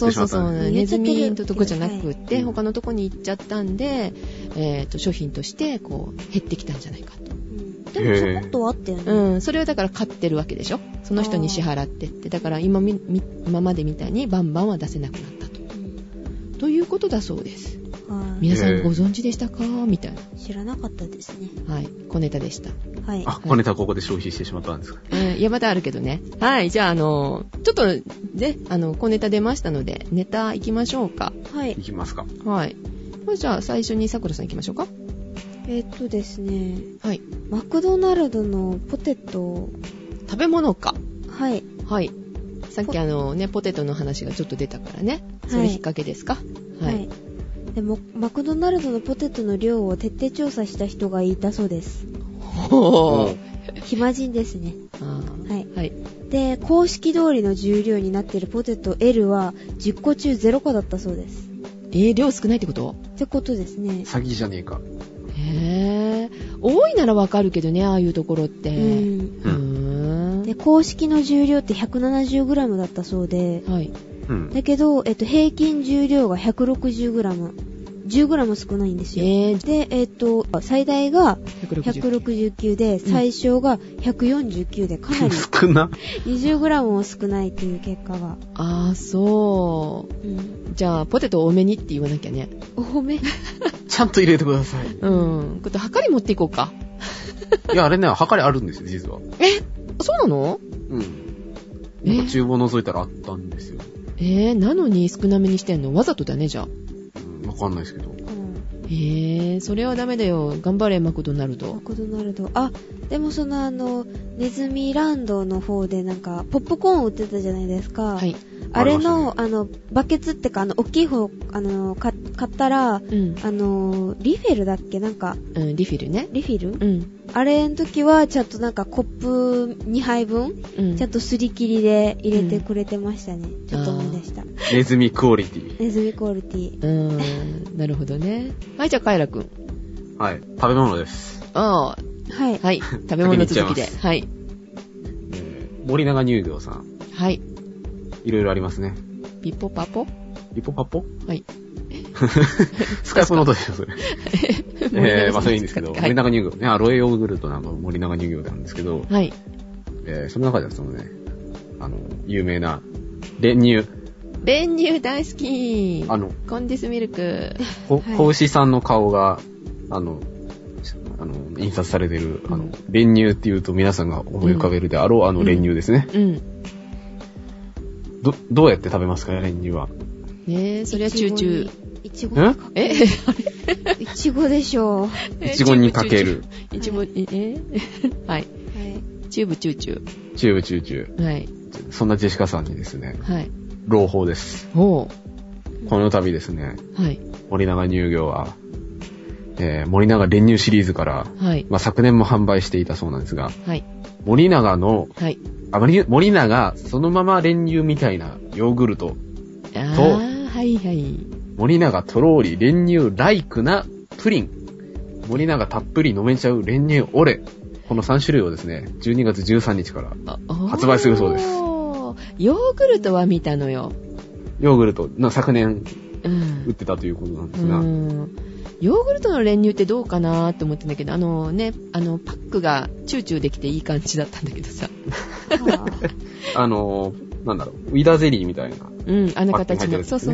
ネズミのとこじゃなくって、他のとこに行っちゃったんで、商品としてこう減ってきたんじゃないかと。 でもちょこっとあったよね。 それはだから買ってるわけでしょ。その人に支払ってって、だから今までみたいにバンバンは出せなくなったと。ということだそうです。皆さんご存知でしたかみたいな。 知らなかったですね。 はい、小ネタでした。 はい。 小ネタここで消費してしまったんですか？ いや、まだあるけどね。はい、じゃあちょっとね、小ネタ出ましたので、ネタ行きましょうか。 はい。 行きますか。 はい。じゃあ最初にさくらさん行きましょうか。 ですね。 はい。 マクドナルドのポテト。 食べ物か。 はい。 はい。さっきポテトの話がちょっと出たからね。それ引っ掛けですか？ はい。でもマクドナルドのポテトの量を徹底調査した人がいたそうです。 ほー。 暇人ですね。 はい。はい。で、公式通りの重量になっているポテト L は10個中0個だったそうです。 量少ないってこと？ ってことですね。 詐欺じゃねえか。 へぇー。多いならわかるけどね、ああいうところって。 で、公式の重量って 170g だったそうで。はい。だけど、平均重量が 160g。10g 少ないんですよ。で、最大が169で、最小が149で、かなり少な 20g も少ないっていう結果が。 ああ、そう。じゃあ、ポテト多めにって言わなきゃね。 多めちゃんと入れてください。 これはかり持っていこうか。 いや、あれね、はかりあるんですよ、実は。 そうなの？ なんか厨房覗いたらあったんですよ。 なのに少なめにしてんの？わざとだね、じゃあ。 わかんないですけど。 それはダメだよ。頑張れ、マクドナルド。 マクドナルド。あ、でもネズミランドの方でなんか、ポップコーン売ってたじゃないですか。はい。あれの、バケツってか、大きい方、買ったら、リフェルだっけなんか。 リフィルね。 リフィル？あれの時は、ちゃんとなんかコップ2杯分、ちゃんとすり切りで入れてくれてましたね。ちょっと思い出した。 ネズミクオリティ。 ネズミクオリティ。 なるほどね。はい、じゃあ、カイラくん。 はい、食べ物です。 はい。 はい、食べ物続きで。はい。 森永乳業さん。 はい。 いろいろありますね。 ピポパポ？ ピポパポ？ はい。 スカイプの音でしょ、それ。まあそれいいんですけど、森永乳業ね、アロエヨーグルトなんか森永乳業なんですけど、はい。その中ではそのね、有名な、練乳。 練乳大好き。コンディスミルク。 子牛さんの顔が、印刷されてる、練乳っていうと皆さんが思い浮かべるであろう、練乳ですね。どうやって食べますか、練乳は。 それはチューチュー。 いちごにかける。いちごでしょう。 いちごにかける。 いちご、はい。チューブチューチュー。 チューブチューチュー。はい。そんなジェシカさんにですね。はい。朗報です。この度ですね。はい。森永乳業は、森永練乳シリーズから、はい。まあ、昨年も販売していたそうなんですが、はい。森永の、はい。森永そのまま練乳みたいなヨーグルトと、 はいはい。 森永とろーり練乳ライクなプリン。森永たっぷり飲めちゃう練乳オレ。この3種類をですね、12月13日から発売するそうです。 ヨーグルトは見たのよ。 ヨーグルト、昨年売ってたということなんですが。 ヨーグルトの練乳ってどうかなーって思ってんだけど、パックがチューチューできていい感じだったんだけどさ。 なんだろう、ウィダーゼリーみたいな。 あの形の。そう。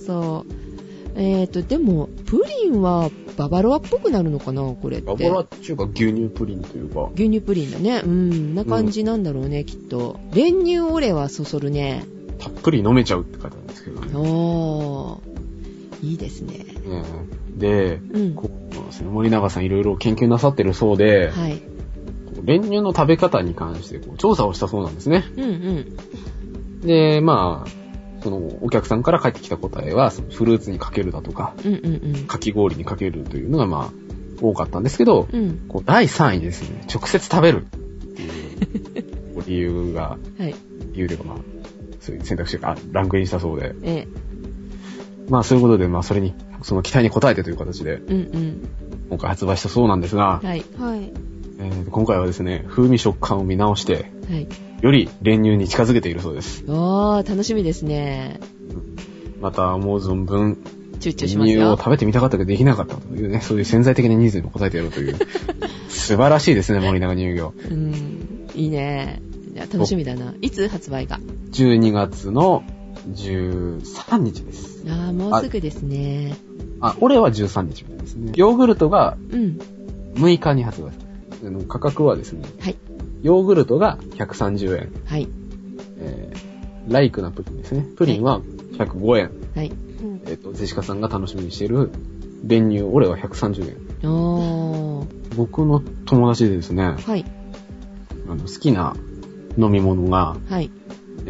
でも、プリンはババロアっぽくなるのかな、これって。 ババロアっていうか牛乳プリンというか。 牛乳プリンだね。な感じなんだろうね、きっと。練乳オレはそそるね。 たっぷり飲めちゃうって書いてあるんですけどね。 いいですね。 で、森永さんいろいろ研究なさってるそうで、はい。練乳の食べ方に関して調査をしたそうなんですね。で、まあ、お客さんから返ってきた答えは、フルーツにかけるだとか、かき氷にかけるというのが、まあ、多かったんですけど、第3位にですね、直接食べるっていう理由が、理由でまあ、そういう選択肢がランクインしたそうで、まあ、そういうことで、まあ、それに、その期待に応えてという形で、今回発売したそうなんですが、今回はですね、風味食感を見直して、より練乳に近づけているそうです。 楽しみですね。 また思う存分、 チューチューしますよ。 練乳を食べてみたかったけどできなかったというね、そういう潜在的なニーズにも応えてやろうという、素晴らしいですね、森永乳業。 いいね。じゃ楽しみだな。いつ発売が ？12月の13日です。 もうすぐですね。 俺は13日ですね。ヨーグルトが、6日に発売する。価格はですね、はい。ヨーグルトが130円。はい。ライクなプリンですね。プリンは105円。はい。ジェシカさんが楽しみにしている練乳オレは130円。僕の友達でですね、はい。好きな飲み物が、はい。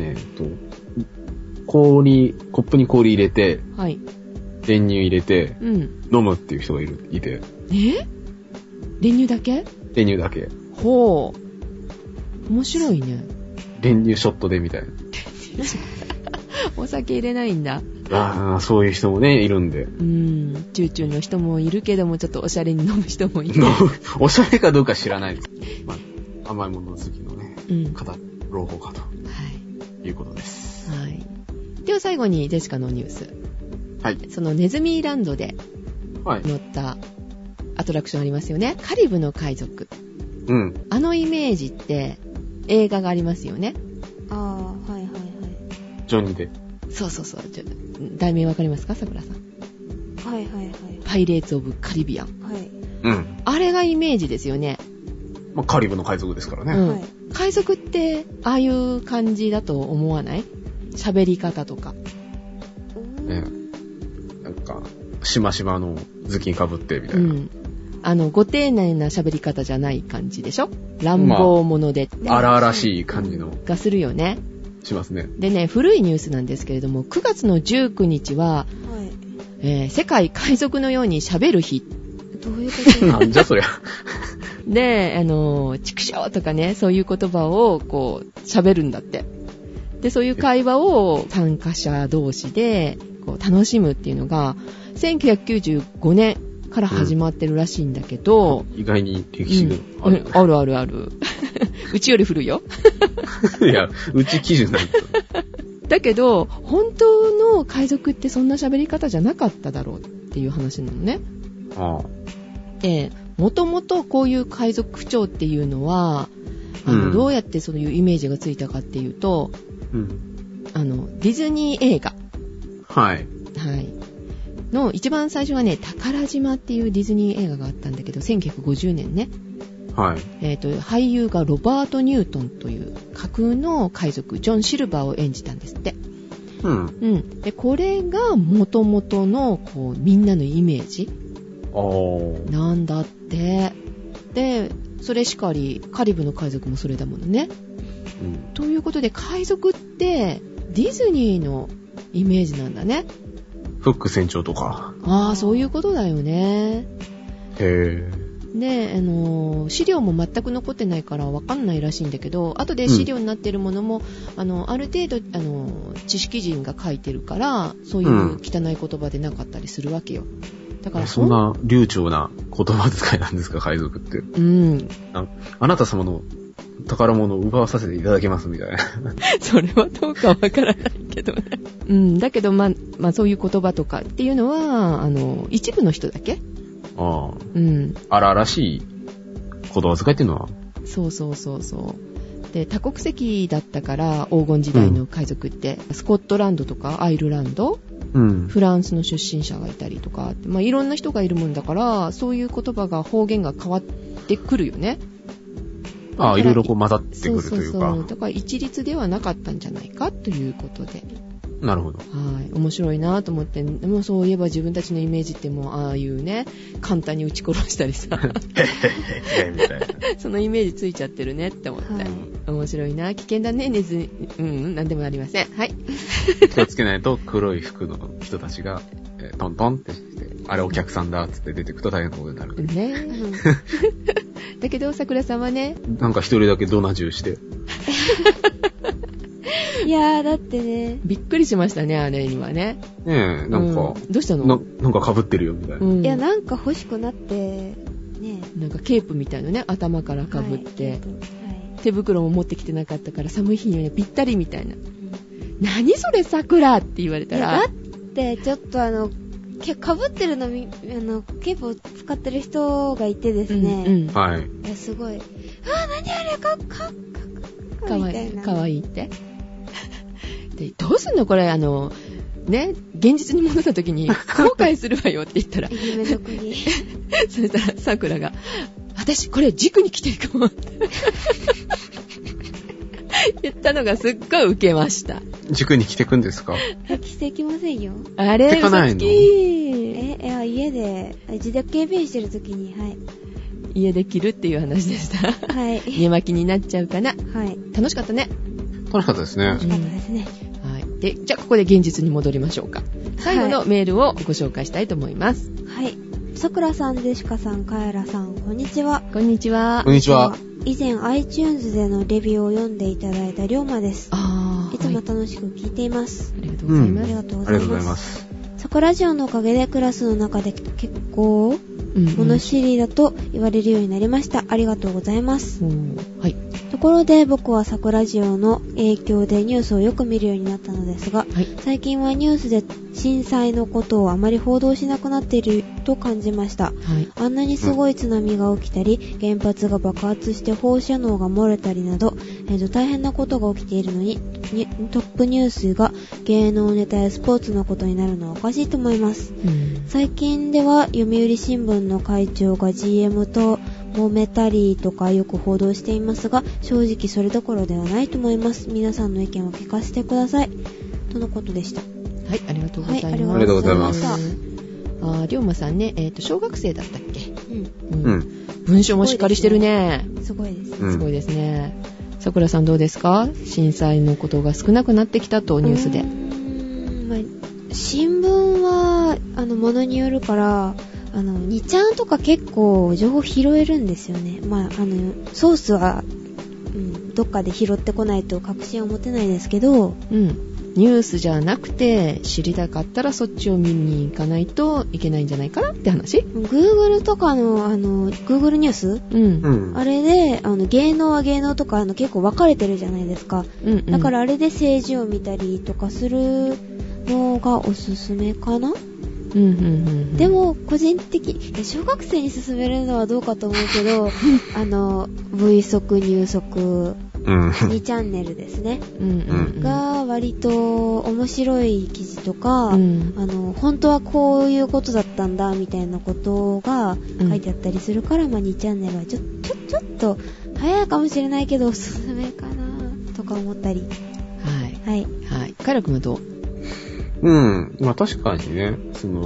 コップに氷入れて、はい。練乳入れて、飲むっていう人がいて。 練乳だけ？ 練乳だけ。 面白いね。 練乳ショットでみたいな。 お酒入れないんだ。 ああ、そういう人もね、いるんで。 チューチューの人もいるけども、ちょっとおしゃれに飲む人もいる。 おしゃれかどうか知らないです。まあ、甘いもの好きのね、朗報かと、いうことです。 はい。では最後にジェシカのニュース。 はい。 そのネズミランドで乗ったアトラクションありますよね。カリブの海賊。 うん。 あのイメージって映画がありますよね。 ああ、はいはいはい。 ジョニーで。 そう。題名わかりますか、さくらさん。 はいはいはい。 パイレーツ・オブ・カリビアン。 はい。 うん。 あれがイメージですよね。 まあ、カリブの海賊ですからね。 はい。海賊って、ああいう感じだと思わない？喋り方とか。 なんか、しましまの頭巾かぶってみたいな。 ご丁寧な喋り方じゃない感じでしょ？乱暴者で。 荒々しい感じの。 がするよね。 しますね。 でね、古いニュースなんですけれども、9月の19日は、世界海賊のように喋る日。 どういうことなんじゃそりゃ。 で、畜生とかね、そういう言葉をこう喋るんだって。で、そういう会話を参加者同士でこう楽しむっていうのが1995年から始まってるらしいんだけど、 意外に歴史があるある。うちより古いよ。 いや、うち基準ない。 だけど本当の海賊ってそんな喋り方じゃなかっただろうっていう話なのね。で、もともとこういう海賊口調っていうのはどうやってそういうイメージがついたかっていうと、ディズニー映画の一番最初はね、宝島っていうディズニー映画があったんだけど、1950年ね。俳優がロバート・ニュートンという架空の海賊ジョン・シルバーを演じたんですって。で、これが元々のこうみんなのイメージなんだって。で、それしかりカリブの海賊もそれだものね。ということで海賊ってディズニーのイメージなんだね。 フック船長とか。 そういうことだよね。 へー。 で、資料も全く残ってないから分かんないらしいんだけど、後で資料になっているものも、ある程度知識人が書いてるから、そういう汚い言葉でなかったりするわけよ。だからそんな流暢な言葉遣いなんですか、海賊って。あなた様の宝物を奪わさせていただけますみたいな。それはどうかわからないけどね。だけどまあそういう言葉とかっていうのは一部の人だけ。荒々しい言葉遣いっていうのは。そうで、多国籍だったから黄金時代の海賊って、スコットランドとかアイルランド、フランスの出身者がいたりとか、いろんな人がいるもんだから、そういう言葉が方言が変わってくるよね。いろいろこう混ざってくるというか。だから一律ではなかったんじゃないかということで。なるほど。面白いなと思って、でもそういえば自分たちのイメージってもうああいうね、簡単に撃ち殺したりさ、みたいな。そのイメージついちゃってるねって思って。面白いな、危険だね、なんでもありません。気をつけないと黒い服の人たちが、トントンってして、あれお客さんだっつって出てくと大変なことになる。ね。だけど桜さんはね、なんか一人だけドナジューして。いやー、だってね。びっくりしましたね、あれにはね。ねえ、なんか。どうしたの？なんか被ってるよ、みたいな。いや、なんか欲しくなって、ね。なんかケープみたいなね、頭から被って。手袋も持ってきてなかったから、寒い日にはね、ぴったりみたいな。何それ、桜って言われたら。だって、ちょっと被ってるの、ケープを使ってる人がいてですね。はい。いや、すごい。何あれ、かわいいって。で、どうすんのこれ、ね、現実に戻った時に後悔するわよって言ったら。夢の国。そしたら、桜が、私、これ軸に来てるかもって。言ったのがすっごいウケました。軸に着てくんですか？着てきませんよ。あれ、着てかないの？家で、自宅警備員してる時に、家で着るっていう話でした。家巻きになっちゃうかな。楽しかったね。楽しかったですね。楽しかったですね。で、じゃあここで現実に戻りましょうか。最後のメールをご紹介したいと思います。さくらさん、デシカさん、カエラさん、こんにちは。こんにちは。こんにちは。 以前 iTunes でのレビューを読んでいただいたりょうまです。いつも楽しく聞いています。 ありがとうございます。 ありがとうございます。サクラジオのおかげでクラスの中で結構物知りだと言われるようになりました。ありがとうございます。 はい。 ところで僕はサクラジオの影響でニュースをよく見るようになったのですが、最近はニュースで震災のことをあまり報道しなくなっていると感じました。あんなにすごい津波が起きたり、原発が爆発して放射能が漏れたりなど、大変なことが起きているのに、トップニュースが芸能ネタやスポーツのことになるのはおかしいと思います。最近では読売新聞の会長が GM と揉めたりとかよく報道していますが、正直それどころではないと思います。皆さんの意見を聞かせてください。とのことでした。 はい、ありがとうございます。 ありがとうございます。 りょうまさんね、小学生だったっけ？文章もしっかりしてるね。 すごいですね。すごいですね。さくらさんどうですか？震災のことが少なくなってきたとニュースで。 新聞は、ものによるから、2ちゃんとか結構情報拾えるんですよね。ソースは、どっかで拾ってこないと確信を持てないですけど、 ニュースじゃなくて知りたかったらそっちを見に行かないといけないんじゃないかなって話。 Google とかのGoogle ニュース、あれで芸能は芸能とか結構分かれてるじゃないですか、だからあれで政治を見たりとかするのがおすすめかな。でも個人的に小学生に勧めるのはどうかと思うけどV 速入速2チャンネルですね、が割と面白い記事とか、本当はこういうことだったんだみたいなことが書いてあったりするから、2チャンネルはちょっと早いかもしれないけどおすすめかなとか思ったり。はい。 カイラ君はどう？ 確かにね、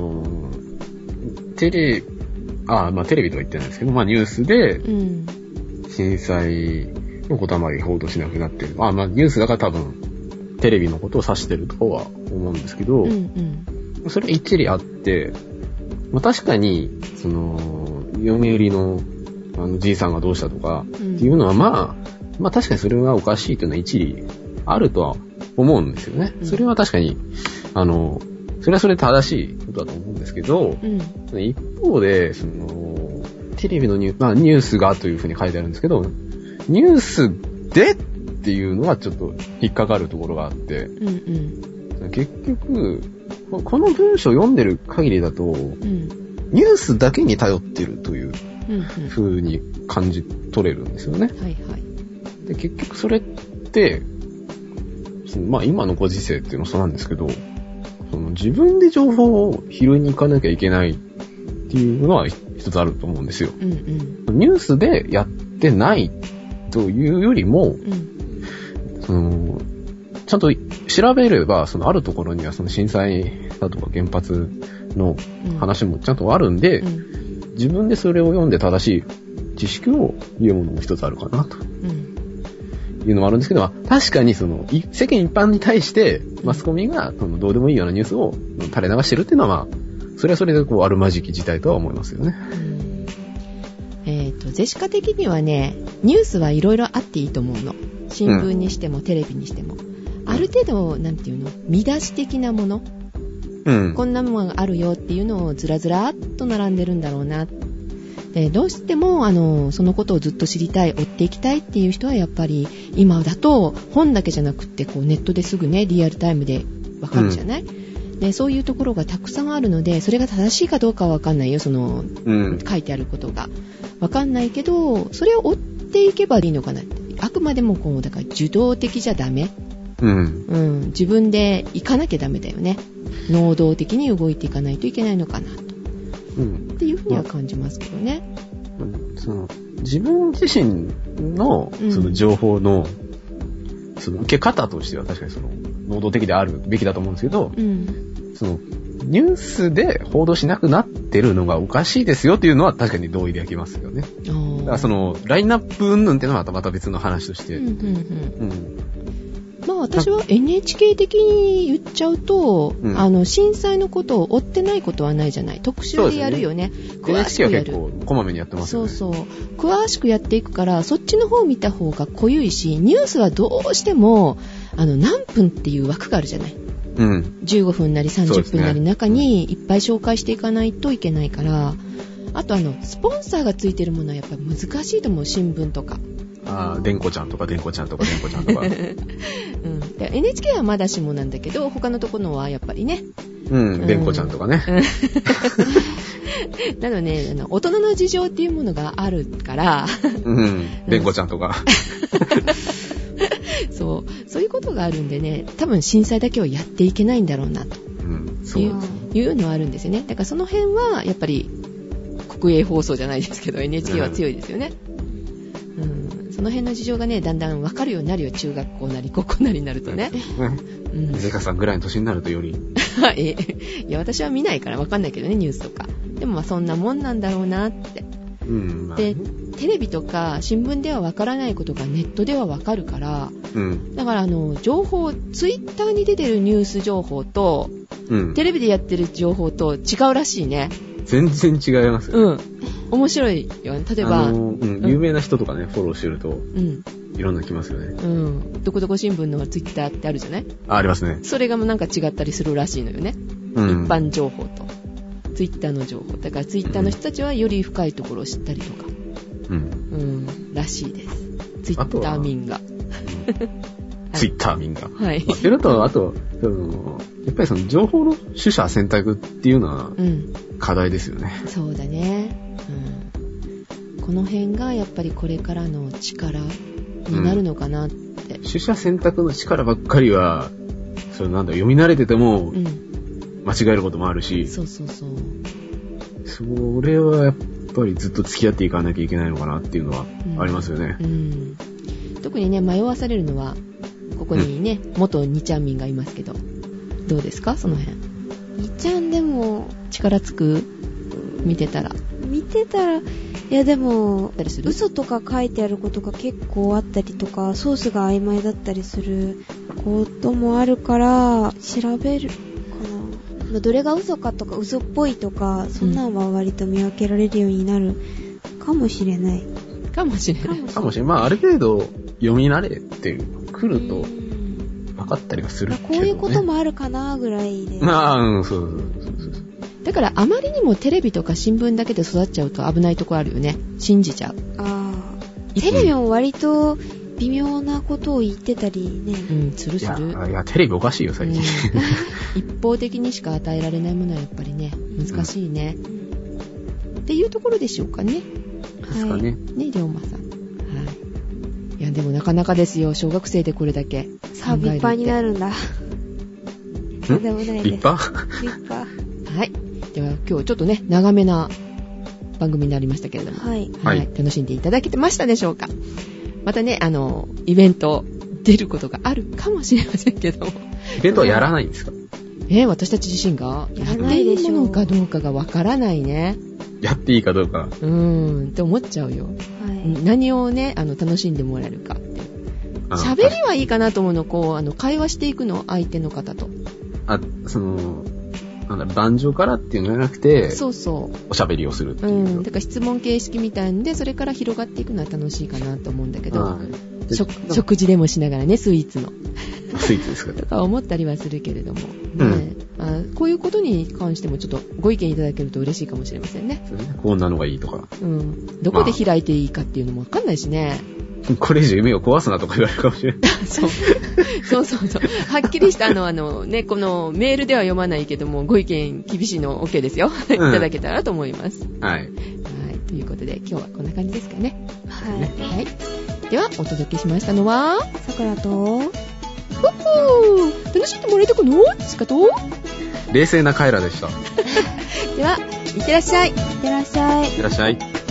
テレビとは言ってないですけど、ニュースで、震災のことはあまり報道しなくなってる。ニュースだから多分、テレビのことを指してるとは思うんですけど、それ一理あって、確かに、読売の、じいさんがどうしたとか、っていうのは確かにそれはおかしいというのは一理あるとは思うんですよね。それは確かに、それはそれで正しいことだと思うんですけど、一方で、テレビのニュースがというふうに書いてあるんですけど、ニュースでっていうのがちょっと引っかかるところがあって、結局、この文章を読んでる限りだと、ニュースだけに頼ってるという風に感じ取れるんですよね。で結局それって、今のご時世っていうのもそうなんですけど、自分で情報を拾いに行かなきゃいけないっていうのは一つあると思うんですよ。ニュースでやってないというよりも、ちゃんと調べれば、あるところには震災だとか原発の話もちゃんとあるんで、自分でそれを読んで正しい知識を言うものも一つあるかなと。いうのもあるんですけど、確かに世間一般に対してマスコミがどうでもいいようなニュースを垂れ流してるっていうのはそれはそれであるまじき事態とは思いますよね。 ゼシカ的にはね、ニュースはいろいろあっていいと思うの。新聞にしてもテレビにしても、ある程度なんていうの、見出し的なもの、こんなものがあるよっていうのをずらずらっと並んでるんだろうな。でどうしてもそのことをずっと知りたい、追っていきたいっていう人はやっぱり今だと本だけじゃなくってネットですぐね、リアルタイムでわかるじゃない、でそういうところがたくさんあるので、それが正しいかどうかはわかんないよ。書いてあることがわかんないけど、それを追っていけばいいのかなって。あくまでもだから受動的じゃダメ、自分で行かなきゃダメだよね。能動的に動いていかないといけないのかなと、っていうふうには感じますけどね。 自分自身の情報の受け方としては確かに能動的であるべきだと思うんですけど、ニュースで報道しなくなってるのがおかしいですよっていうのは確かに同意できますよね。だからラインナップ云々っていうのはまた別の話として、 私は NHK 的に言っちゃうと、震災のことを追ってないことはないじゃない。特集でやるよね。 詳しくやる。NHK は結構こまめにやってますよね。 そうそう。詳しくやっていくから、そっちの方を見た方が濃ゆいし、ニュースはどうしても、何分っていう枠があるじゃない。15分なり30分なり中にいっぱい紹介していかないといけないから、あとスポンサーがついてるものはやっぱり難しいと思う。新聞とか。 でんこちゃんとかでんこちゃんとかでんこちゃんとか。 で NHK はまだしもなんだけど、他のところはやっぱりね。 でんこちゃんとかね。 なので、大人の事情っていうものがあるから。 でんこちゃんとか。 そういうことがあるんでね、多分震災だけはやっていけないんだろうなと。いうのはあるんですよね。だからその辺はやっぱり国営放送じゃないですけど NHK は強いですよね。その辺の事情がね、だんだん分かるようになるよ。中学校なり高校なりになるとね。 ゼカさんぐらいの年になるとより。 いや、私は見ないから分かんないけどね、ニュースとか。でもそんなもんなんだろうなって。で、テレビとか新聞では分からないことがネットでは分かるから、だから情報、ツイッターに出てるニュース情報と、テレビでやってる情報と違うらしいね。 全然違いますよ。 面白いよね。例えば、 有名な人とかね、フォローしてると、いろんな来ますよね。 どこどこ新聞のツイッターってあるじゃない？ ありますね。 それがなんか違ったりするらしいのよね。一般情報とツイッターの情報。だからツイッターの人たちはより深いところを知ったりとか、らしいです。ツイッター民が。 ツイッター民が。 はい。 それと、あと、やっぱりその情報の取捨選択っていうのは課題ですよね。 そうだね。この辺がやっぱりこれからの力になるのかなって。 取捨選択の力ばっかりは、読み慣れてても間違えることもあるし。 そう。 それはやっぱりずっと付き合っていかなきゃいけないのかなっていうのはありますよね。 特にね、迷わされるのは、ここにね、元2ちゃん民がいますけど、どうですかその辺。 2ちゃんでも力つく？見てたら、 いやでも嘘とか書いてあることが結構あったりとか、ソースが曖昧だったりすることもあるから調べるかな。どれが嘘かとか嘘っぽいとか、そんなんは割と見分けられるようになるかもしれない。 かもしれない。 まあある程度読み慣れてくると分かったりはするけどね。 こういうこともあるかなぐらいで。 そう。 だからあまりにもテレビとか新聞だけで育っちゃうと危ないとこあるよね。信じちゃう。 テレビも割と微妙なことを言ってたりね。 する。いや、テレビおかしいよ、最近。 一方的にしか与えられないものはやっぱりね、難しいね。っていうところでしょうかね。 ですかね。 ね、龍馬さん。いや、でもなかなかですよ。小学生でこれだけ。 さあ、立派になるんだ。そうでもないです。 立派。 はい。では今日ちょっとね、長めな番組になりましたけれども。 はい。 楽しんでいただけてましたでしょうか。またね、イベント出ることがあるかもしれませんけども。 イベントはやらないんですか？ 私たち自身がやっていいものかどうかがわからないね。 やっていいかどうか。 って思っちゃうよ。何をね、楽しんでもらえるかって。喋りはいいかなと思うの、会話していくの、相手の方と。 壇上からっていうのじゃなくて、 おしゃべりをするっていう。 だから質問形式みたいんで、それから広がっていくのは楽しいかなと思うんだけど、食事でもしながらね、スイーツですかとか思ったりはするけれども、こういうことに関してもちょっとご意見いただけると嬉しいかもしれませんね。 こんなのがいいとか。 どこで開いていいかっていうのもわかんないしね。 これ以上夢を壊すなとか言われるかもしれない。 そう。はっきりしたこのメールでは読まないけども、ご意見厳しいの OK ですよ。いただけたらと思います。 はい。 ということで、今日はこんな感じですかね。 はい。 では、お届けしましたのは、 さくらと、 楽しんでもらえたかな？スカと、 冷静なカエラでした。 では、いってらっしゃい。 いってらっしゃい。 いってらっしゃい。